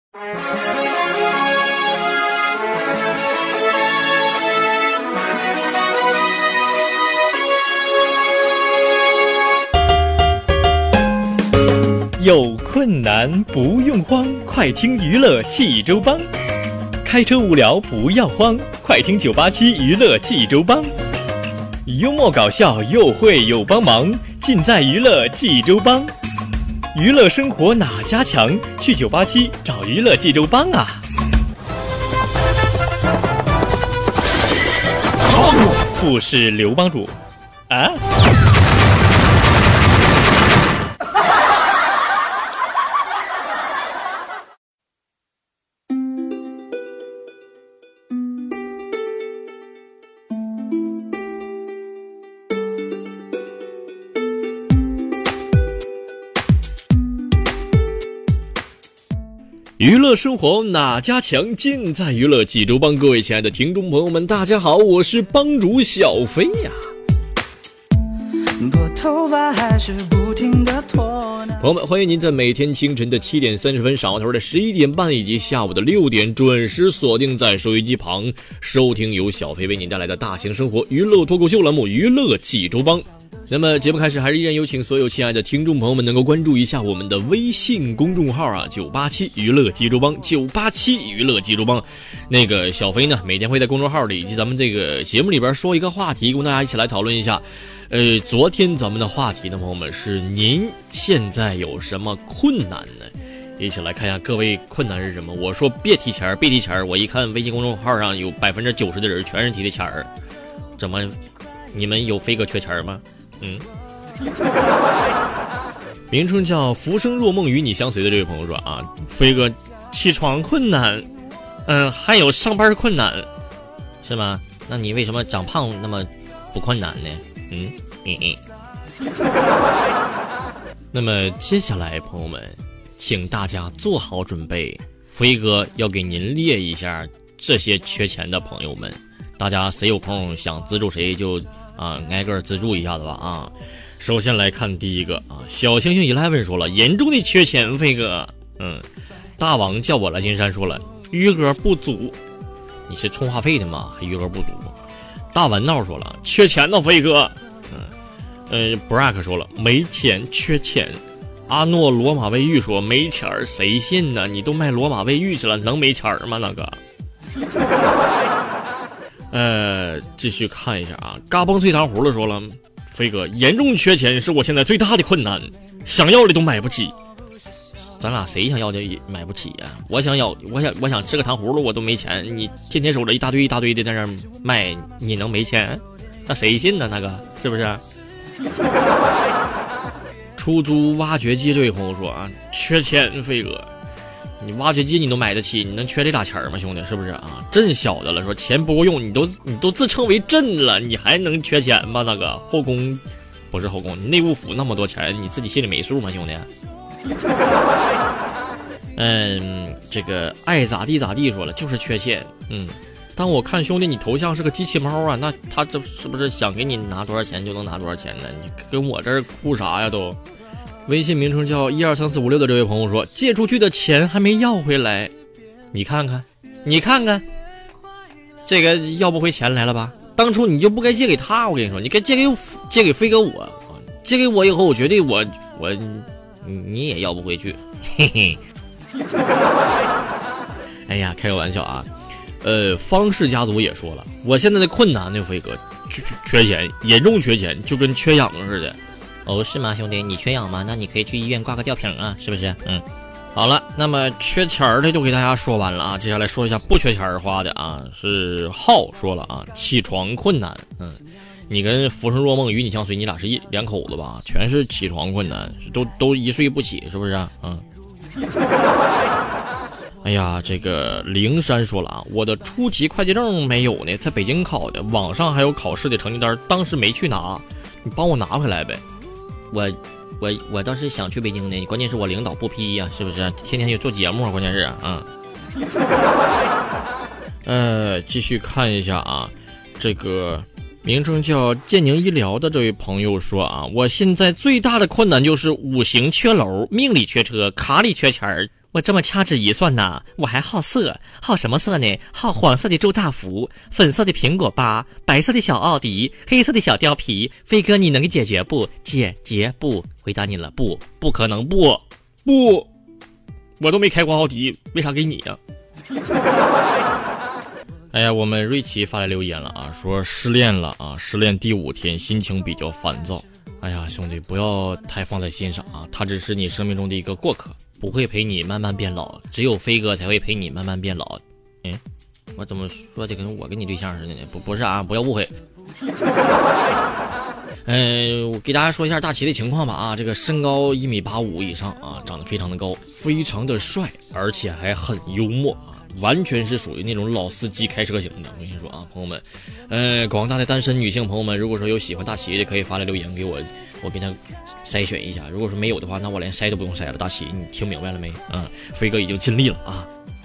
有困难不用慌，快听娱乐济州帮。开车无聊不要慌，快听987娱乐济州帮。幽默搞笑又会有帮忙，尽在娱乐济州帮。娱乐生活哪家强？去987找娱乐济州帮啊！不是刘帮主啊。娱乐生活哪家强？尽在娱乐济州帮。各位亲爱的听众朋友们，大家好，我是帮主小飞呀。朋友们，欢迎您在每天清晨的7点30分、晌午头的11点半以及下午的6点准时锁定在收音机旁，收听由小飞为您带来的大型生活娱乐脱口秀栏目《娱乐济州帮》。那么节目开始，还是依然有请所有亲爱的听众朋友们能够关注一下我们的微信公众号啊，987娱乐济州帮，987娱乐济州帮。那个小飞呢，每天会在公众号里以及咱们这个节目里边说一个话题，跟大家一起来讨论一下。昨天咱们的话题呢，朋友们是您现在有什么困难呢？一起来看一下各位困难是什么。我说别提钱，别提钱，我一看微信公众号上有90%的人全是提的钱儿，怎么你们有飞哥缺钱吗？名称叫浮生若梦与你相随的这位朋友说啊，飞哥起床困难，还有上班困难，是吗？那你为什么长胖那么不困难呢？那么接下来朋友们，请大家做好准备，飞哥要给您列一下这些缺钱的朋友们，大家谁有空想资助谁就挨个资助一下子吧啊！首先来看第一个啊，小星星11说了，严重的缺钱，飞哥。大王叫我来金山说了，余额不足。你是充话费的吗？还余额不足？大文闹说了，缺钱呢，飞哥。Brack 说了，没钱，缺钱。阿诺罗马卫浴说没钱儿，谁信呢？你都卖罗马卫浴去了，能没钱吗？那个。继续看一下啊，嘎嘣脆糖葫芦说了，飞哥严重缺钱是我现在最大的困难，想要的都买不起。咱俩谁想要的也买不起啊？我想吃个糖葫芦我都没钱，你天天守着一大堆的在那卖，你能没钱？那谁信呢？那个是不是？出租挖掘机这位朋友说啊，缺钱，飞哥。你挖掘机你都买得起，你能缺这俩钱吗，兄弟？是不是啊？朕小的了，说钱不够用，你都自称为朕了，你还能缺钱吗？那个后宫不是后宫，内务府那么多钱，你自己心里没数吗，兄弟？这个爱咋地咋地说了，就是缺钱。但我看兄弟你头像是个机器猫啊，那他这是不是想给你拿多少钱就能拿多少钱呢？你跟我这儿哭啥呀都？微信名称叫1234556的这位朋友说，借出去的钱还没要回来，你看看，这个要不回钱来了吧？当初你就不该借给他，我跟你说，你该借给飞哥我，借给我以后，我绝对你也要不回去，嘿嘿。哎呀，开个玩笑啊。方氏家族也说了，我现在的困难呢，飞哥缺钱，严重缺钱，就跟缺氧似的。哦，是吗，兄弟？你缺氧吗？那你可以去医院挂个吊瓶啊，是不是？好了，那么缺钱的就给大家说完了啊，接下来说一下不缺钱花的啊，是浩说了啊，起床困难。你跟浮生若梦与你相随，你俩是两口子吧？全是起床困难，都一睡不起，是不是啊？哎呀，这个灵山说了啊，我的初级会计证没有呢，在北京考的，网上还有考试的成绩单，当时没去拿，你帮我拿回来呗。我倒是想去北京的，关键是我领导不批呀，是不是？天天就做节目，关键是继续看一下啊，这个名称叫建宁医疗的这位朋友说啊，我现在最大的困难就是五行缺楼，命里缺车，卡里缺钱， 我这么掐指一算呐，我还好色，好什么色呢？好黄色的周大福，粉色的苹果8，白色的小奥迪，黑色的小貂皮。飞哥，你能给解决不？解决不？回答你了，不可能，不，我都没开过奥迪，为啥给你呀？哎呀，我们瑞奇发来留言了啊，说失恋了啊，失恋第5天，心情比较烦躁。哎呀，兄弟，不要太放在心上啊，他只是你生命中的一个过客，不会陪你慢慢变老，只有飞哥才会陪你慢慢变老。我怎么说的跟我跟你对象似的呢？不是啊，不要误会。我给大家说一下大齐的情况吧啊，这个身高1.85米以上啊，长得非常的高，非常的帅，而且还很幽默啊，完全是属于那种老司机开车型的。我跟你说啊，朋友们，广大的单身女性朋友们，如果说有喜欢大齐的，可以发来留言给我，我给他筛选一下。如果说没有的话，那我连筛都不用筛了。大齐，你听明白了没？飞哥已经尽力了啊。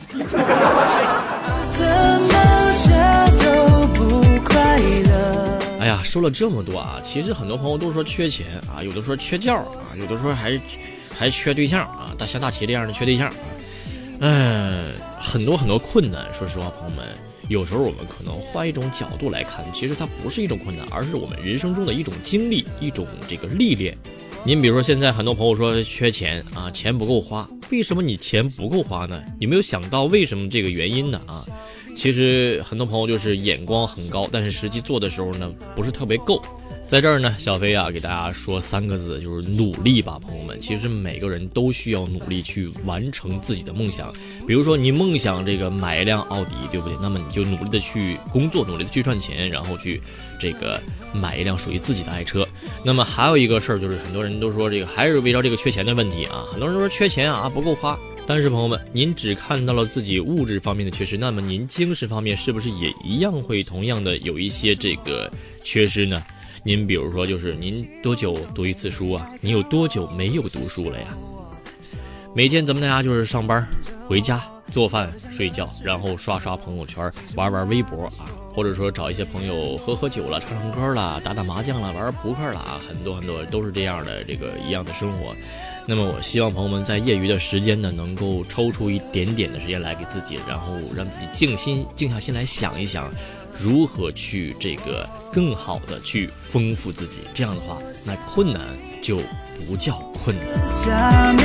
哎呀，说了这么多啊，其实很多朋友都说缺钱啊，有的说缺觉啊，有的说还缺对象啊，像大齐这样的缺对象啊，很多困难。说实话，朋友们，有时候我们可能换一种角度来看，其实它不是一种困难，而是我们人生中的一种经历，一种这个历练。您比如说现在很多朋友说缺钱啊，钱不够花，为什么你钱不够花呢？有没有想到为什么这个原因呢？啊，其实很多朋友就是眼光很高，但是实际做的时候呢，不是特别够。在这儿呢，小飞啊给大家说3个字，就是努力吧，朋友们。其实每个人都需要努力去完成自己的梦想。比如说你梦想这个买一辆奥迪，对不对？那么你就努力的去工作，努力的去赚钱，然后去这个买一辆属于自己的爱车。那么还有一个事儿，就是很多人都说这个还是围绕这个缺钱的问题啊，很多人都说缺钱啊不够花。但是朋友们，您只看到了自己物质方面的缺失，那么您精神方面是不是也一样会同样的有一些这个缺失呢？您比如说，就是您多久读一次书啊？你有多久没有读书了呀？每天咱们大家就是上班、回家、做饭、睡觉，然后刷刷朋友圈、玩微博啊，或者说找一些朋友喝酒了、唱歌了、打麻将了、玩扑克了啊，很多都是这样的这个一样的生活。那么我希望朋友们在业余的时间呢，能够抽出一点点的时间来给自己，然后让自己静下心来想一想，如何去这个更好的去丰富自己。这样的话，那困难就不叫困难。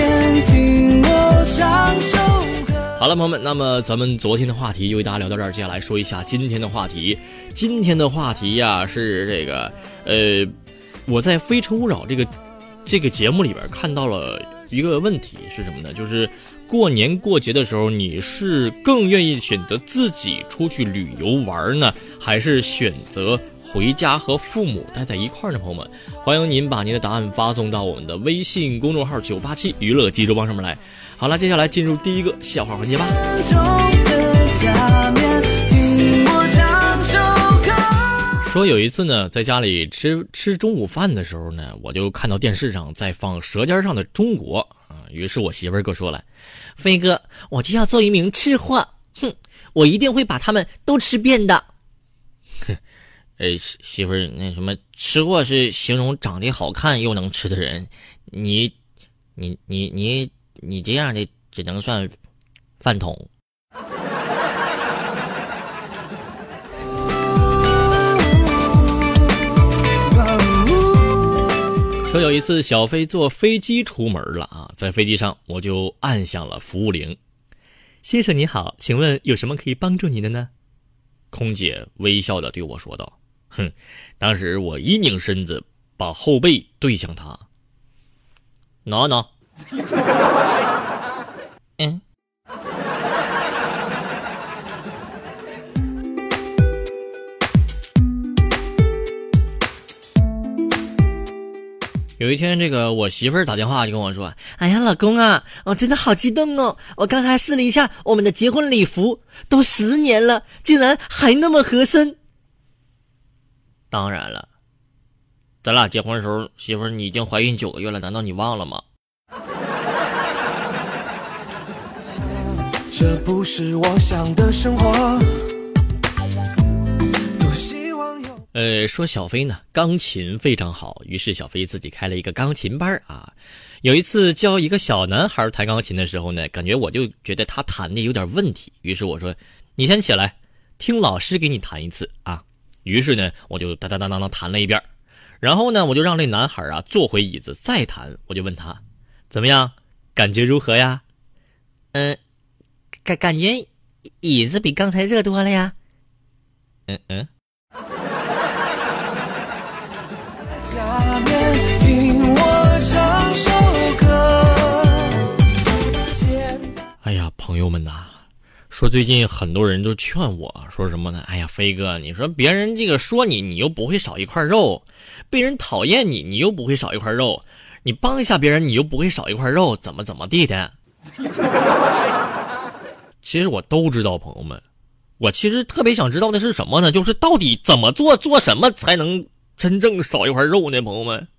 好了，朋友们，那么咱们昨天的话题就为大家聊到这儿，接下来说一下今天的话题。今天的话题呀，是这个我在《非诚勿扰》这个节目里边看到了一个问题是什么呢？就是过年过节的时候，你是更愿意选择自己出去旅游玩呢，还是选择回家和父母待在一块儿呢？朋友们，欢迎您把您的答案发送到我们的微信公众号987娱乐济州帮上面来。好了，接下来进入第一个笑话环节吧。说有一次呢，在家里吃中午饭的时候呢，我就看到电视上在放《舌尖上的中国》啊，于是我媳妇儿跟我说了：“飞哥，我就要做一名吃货，我一定会把他们都吃遍的。”哼，媳妇儿，那什么，吃货是形容长得好看又能吃的人，你这样的只能算饭桶。说有一次小飞坐飞机出门了啊，在飞机上我就按响了服务铃。先生你好，请问有什么可以帮助您的呢？空姐微笑地对我说道。当时我一拧身子，把后背对向他。挠。有一天，这个我媳妇儿打电话就跟我说：“哎呀，老公啊，我真的好激动哦！我刚才试了一下我们的结婚礼服，都10年了，竟然还那么合身。”当然了，咱俩结婚的时候，媳妇儿你已经怀孕9个月了，难道你忘了吗？这不是我想的生活。说小飞呢钢琴非常好，于是小飞自己开了一个钢琴班啊。 有一次教一个小男孩弹钢琴的时候呢，感觉我就觉得他弹的有点问题，于是我说你先起来听老师给你弹一次啊。于是呢我就当当当当弹了一遍，然后呢我就让那男孩啊坐回椅子再弹，我就问他怎么样，感觉如何呀？ 感觉椅子比刚才热多了呀。 哎呀，朋友们呐，说最近很多人都劝我说什么呢？哎呀，飞哥，你说别人这个说你，你又不会少一块肉；被人讨厌你，你又不会少一块肉；你帮一下别人，你又不会少一块肉，怎么地的？其实我都知道，朋友们，我其实特别想知道的是什么呢？就是到底怎么做什么才能真正少一块肉呢？朋友们。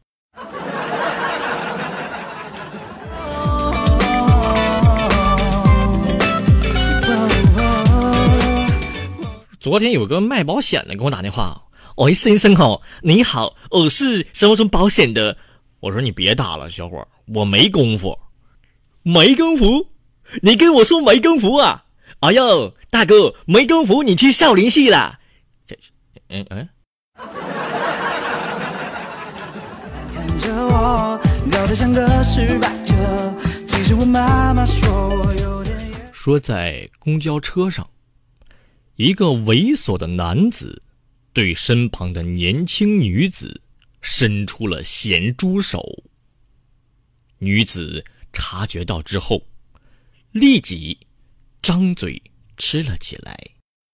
昨天有个卖保险的给我打电话，喂，先生好，你好，我是什么保险的。我说你别打了，小伙，我没功夫。没功夫？你跟我说没功夫啊？哎呦，大哥，没功夫你去少林系了。 看着我搞得像个失败者，其实我妈妈说我有点。 说在公交车上，一个猥琐的男子对身旁的年轻女子伸出了咸猪手。女子察觉到之后，立即张嘴吃了起来。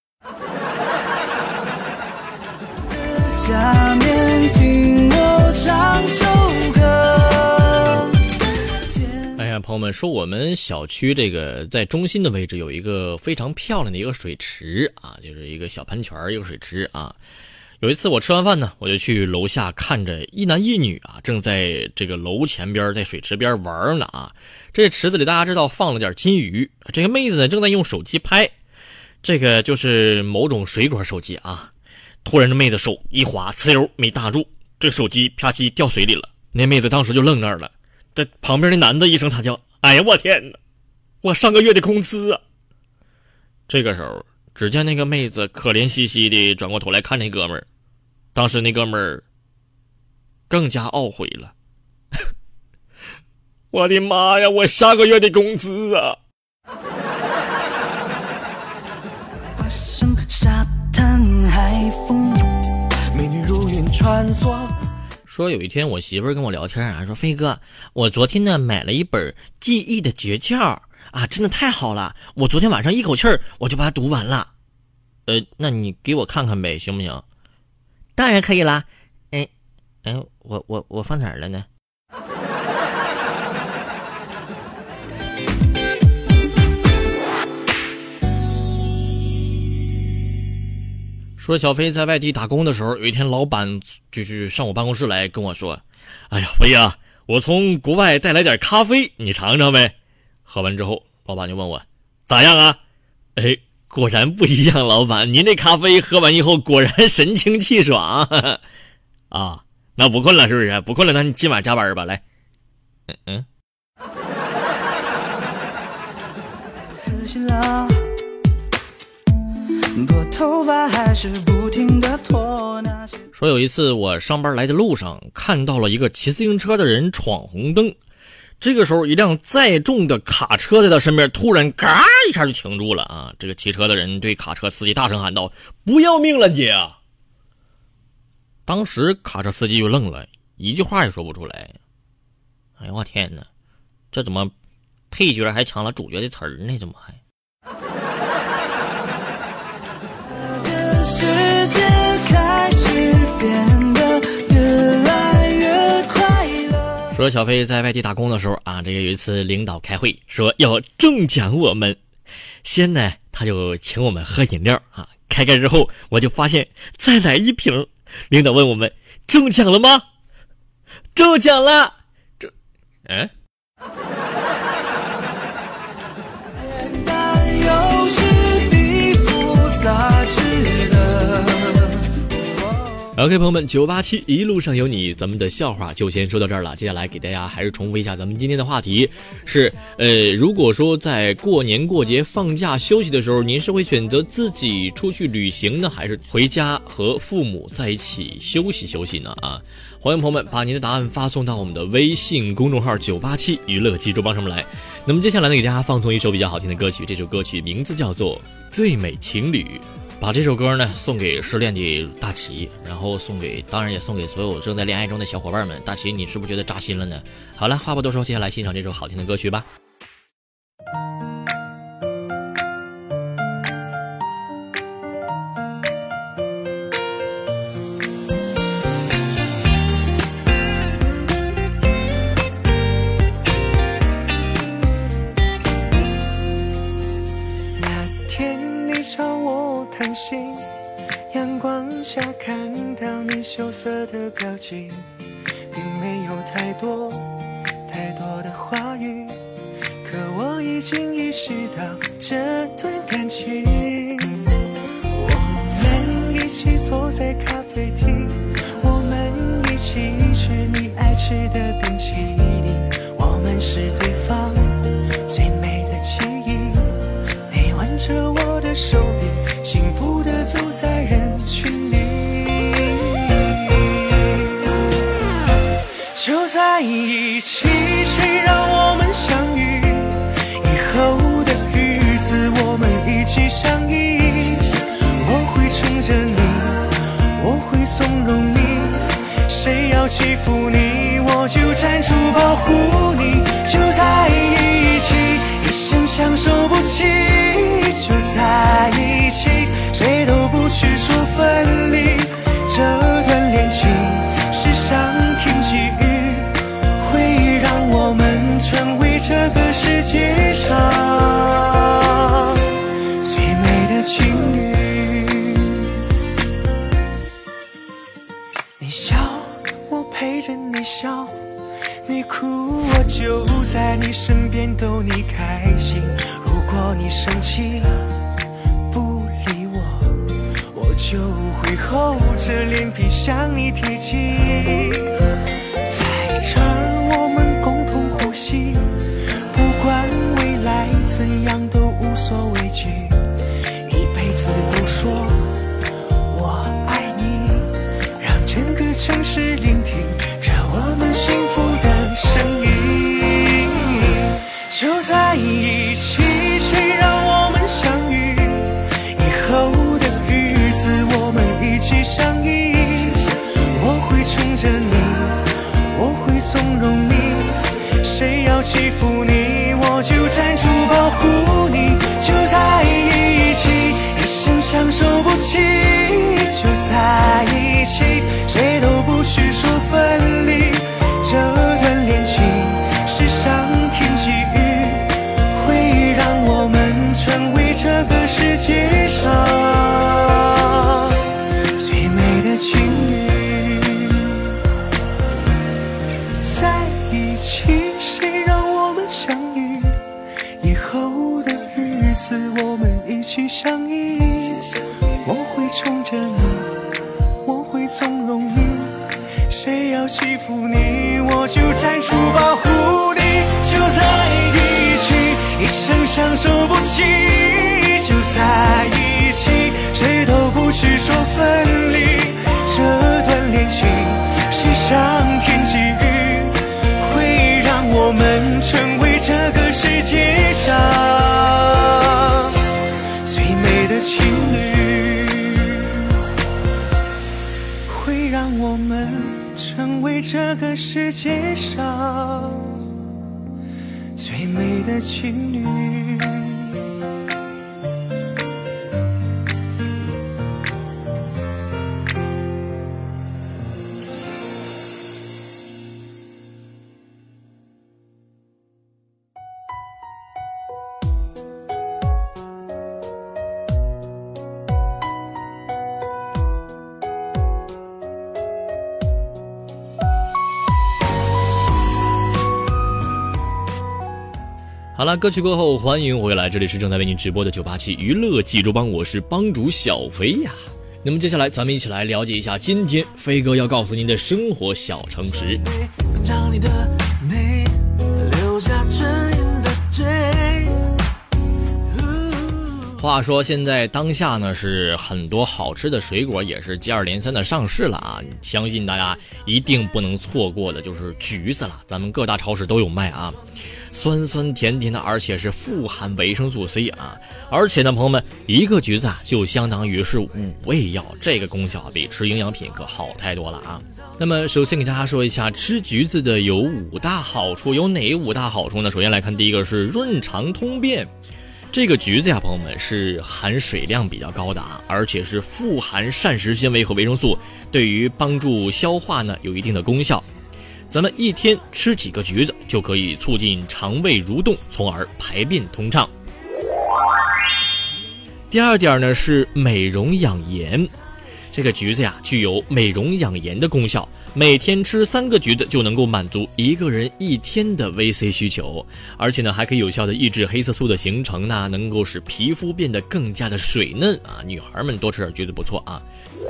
下面听我唱首歌。 哎呀，朋友们，说我们小区这个在中心的位置有一个非常漂亮的一个水池啊，就是一个小喷泉一个水池啊。有一次我吃完饭呢，我就去楼下看着一男一女啊，正在这个楼前边在水池边玩呢啊。这池子里大家知道放了点金鱼，这个妹子呢正在用手机拍，这个就是某种水果手机啊。突然这妹子手一滑，呲溜没搭住，这个手机啪叽掉水里了。那妹子当时就愣那儿了，这旁边的男的一声惨叫，哎呀我天哪，我上个月的工资啊！这个时候只见那个妹子可怜兮兮的转过头来看那哥们儿，当时那哥们儿更加懊悔了。我的妈呀，我下个月的工资啊！ 花生沙滩海风，美女如云穿梭。 说有一天我媳妇儿跟我聊天啊，说飞哥，我昨天呢买了一本记忆的诀窍啊，真的太好了，我昨天晚上一口气儿我就把它读完了。那你给我看看呗，行不行？ 当然可以啦。我放哪儿了呢？ 说小飞在外地打工的时候，有一天老板就是上我办公室来跟我说，哎呀飞呀，我从国外带来点咖啡，你尝尝呗。喝完之后老板就问我咋样啊？果然不一样，老板，您这咖啡喝完以后果然神清气爽。啊，那不困了是不是？不困了，那你今晚加班吧，来。 自信了，拨头发还是不停地拖那些。 说有一次我上班来的路上看到了一个骑自行车的人闯红灯，这个时候一辆载重的卡车在他身边突然嘎一下就停住了啊！这个骑车的人对卡车司机大声喊道：不要命了你啊！当时卡车司机就愣了，一句话也说不出来。哎呀我天哪，这怎么配角还抢了主角的词儿呢？怎么还世界开始变得越来越快乐。 说小飞在外地打工的时候啊，这个有一次领导开会说要中奖我们，先呢他就请我们喝饮料啊，开之后我就发现再来一瓶。领导问我们中奖了吗？中奖了。简单有时比复杂值得。 OK， 朋友们，987一路上有你，咱们的笑话就先说到这儿了。接下来给大家还是重复一下咱们今天的话题是，如果说在过年过节放假休息的时候，您是会选择自己出去旅行呢，还是回家和父母在一起休息呢？啊，欢迎朋友们把您的答案发送到我们的微信公众号987娱乐济州帮上面来。那么接下来呢，给大家放送一首比较好听的歌曲，这首歌曲名字叫做《最美情侣》。把这首歌呢送给失恋的大齐，然后当然也送给所有正在恋爱中的小伙伴们。大齐，你是不是觉得扎心了呢？好了，话不多说，接下来欣赏这首好听的歌曲吧。 阳光下看到你羞涩的表情，并没有太多的话语，可我已经意识到这段感情。我们一起坐在咖啡厅，我们一起吃你爱吃的冰淇淋，我们是对方最美的记忆。你挽着我的手臂，幸福地走在人群里，就在一起，谁让我们相遇？以后的日子我们一起相依，我会宠着你，我会纵容你，谁要欺负你，我就站出保护你。就在一起，一生相守不弃，就在一起，谁都不去说分离。这段恋情是上天给予，会让我们成为这个世界上最美的情侣。你笑，我陪着你笑，你哭，我就在你身边逗你开心。如果你生气了不理我，我就会厚着脸皮向你提起。在这儿我们共同呼吸，不管未来怎样都无所畏惧，一辈子都说我爱你，让整个城市聆听着我们幸福的声音。就在一起，谁让我们相遇？以后的日子我们一起相依，我会宠着你，我会纵容你，谁要欺负你，我就站出保护你。就在一起，一生相守不弃，就在一起，谁都不许说分离。这段恋情是上天给予，会让我们成为这个世界上最美的情侣。在一起，谁让我们相遇？以后的日子我们一起相依，我会宠着你，我会纵容你，谁要欺负你，我就站出保护你。就在一起，一生相守不弃，就在一起，谁都不许说分离。这段恋情是上天给予，会让我们成为这个世界上最美的情侣，会让我们成为这个世界上最美的情侣。 好了，歌曲过后欢迎回来，这里是正在为您直播的987娱乐济州帮，我是帮主小飞呀。 那么接下来咱们一起来了解一下今天飞哥要告诉您的生活小常识。 将你的美留下尊严的罪。 话说现在当下呢，是很多好吃的水果也是接二连三的上市了啊，相信大家一定不能错过的就是橘子了，咱们各大超市都有卖啊，酸酸甜甜的，而且是富含维生素 C 啊，而且呢朋友们，一个橘子啊就相当于是5味药，这个功效比吃营养品可好太多了啊。那么首先给大家说一下吃橘子的有5大好处，有哪5大好处呢？首先来看第一个是润肠通便。这个橘子呀朋友们是含水量比较高的啊，而且是富含膳食纤维和维生素，对于帮助消化呢有一定的功效。咱们一天吃几个橘子就可以促进肠胃蠕动，从而排便通畅。第二点呢是美容养颜，这个橘子呀具有美容养颜的功效，每天吃3个橘子就能够满足一个人1天的 VC 需求，而且呢还可以有效的抑制黑色素的形成呢，能够使皮肤变得更加的水嫩啊，女孩们多吃点橘子不错啊。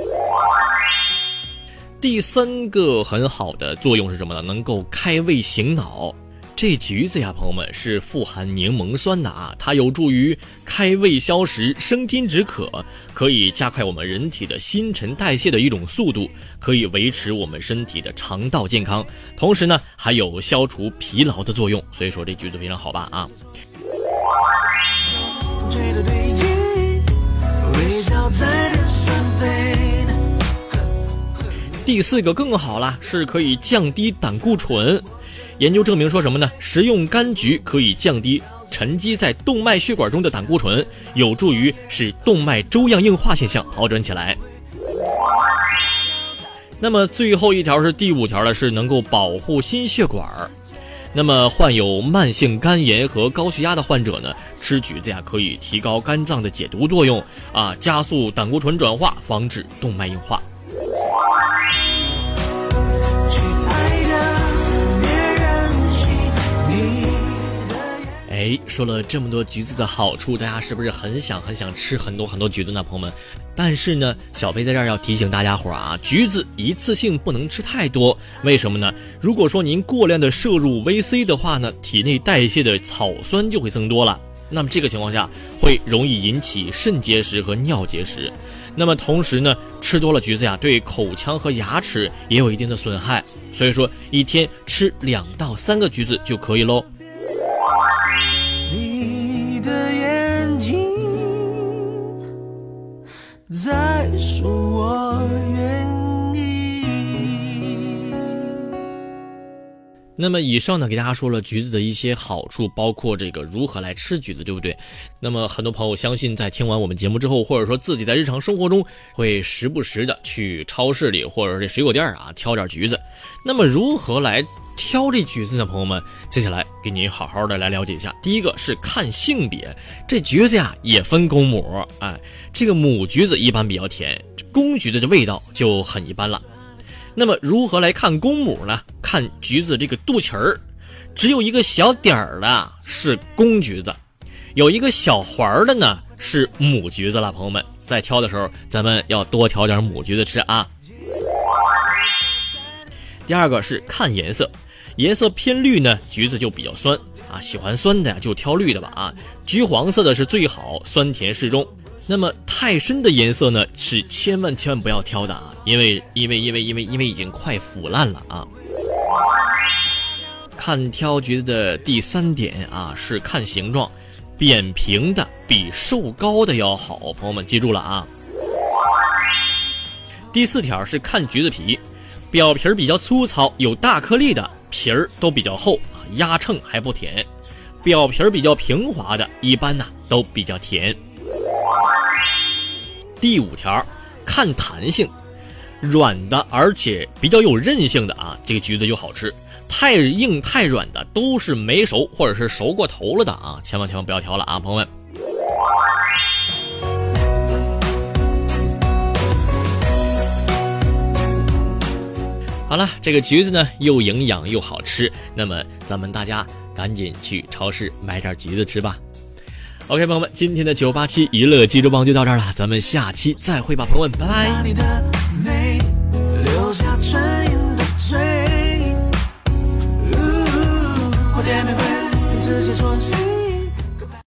第3个很好的作用是什么呢？能够开胃醒脑。这橘子呀朋友们是富含柠檬酸的啊，它有助于开胃消食、生津止渴，可以加快我们人体的新陈代谢的一种速度，可以维持我们身体的肠道健康，同时呢还有消除疲劳的作用，所以说这橘子非常好吧啊。第4个更好了，是可以降低胆固醇。研究证明说什么呢？食用柑橘可以降低沉积在动脉血管中的胆固醇，有助于使动脉粥样硬化现象好转起来。那么最后一条是第5条了，是能够保护心血管。那么患有慢性肝炎和高血压的患者呢，吃橘子呀可以提高肝脏的解毒作用啊，加速胆固醇转化，防止动脉硬化。说了这么多橘子的好处，大家是不是很想吃很多橘子呢朋友们？但是呢小飞在这儿要提醒大家伙啊，橘子一次性不能吃太多，为什么呢？如果说您过量的摄入 VC 的话呢，体内代谢的草酸就会增多了，那么这个情况下会容易引起肾结石和尿结石。那么同时呢，吃多了橘子呀，对口腔和牙齿也有一定的损害，所以说一天吃2到3个橘子就可以咯。 你的眼睛在说我愿意。 那么以上呢给大家说了橘子的一些好处，包括这个如何来吃橘子，对不对？那么很多朋友相信在听完我们节目之后，或者说自己在日常生活中会时不时的去超市里或者是水果店啊挑点橘子。那么如何来挑这橘子呢朋友们，接下来给您好好的来了解一下。第一个是看性别，这橘子呀也分公母，这个母橘子一般比较甜，公橘子的味道就很一般了。那么如何来看公母呢？看橘子这个肚脐儿，只有一个小点儿的是公橘子，有一个小环的呢是母橘子了。朋友们在挑的时候咱们要多挑点母橘子吃啊。第二个是看颜色，颜色偏绿呢橘子就比较酸啊，喜欢酸的就挑绿的吧啊，橘黄色的是最好，酸甜适中。那么太深的颜色呢是千万不要挑的啊，因为已经快腐烂了啊。看挑橘子的第3点啊是看形状，扁平的比瘦高的要好，朋友们记住了啊。第4条是看橘子皮，表皮比较粗糙有大颗粒的皮儿都比较厚啊，压秤还不甜；表皮比较平滑的一般呢都比较甜。第5条看弹性，软的而且比较有韧性的啊，这个橘子就好吃。太硬太软的都是没熟或者是熟过头了的啊，千万不要挑了啊，朋友们。好了，这个橘子呢又营养又好吃，那么咱们大家赶紧去超市买点橘子吃吧。 OK， 朋友们，今天的987娱乐济州帮就到这儿了，咱们下期再会吧，朋友们，拜拜。 你的美留下唇印的嘴，我点玫瑰，你自己说心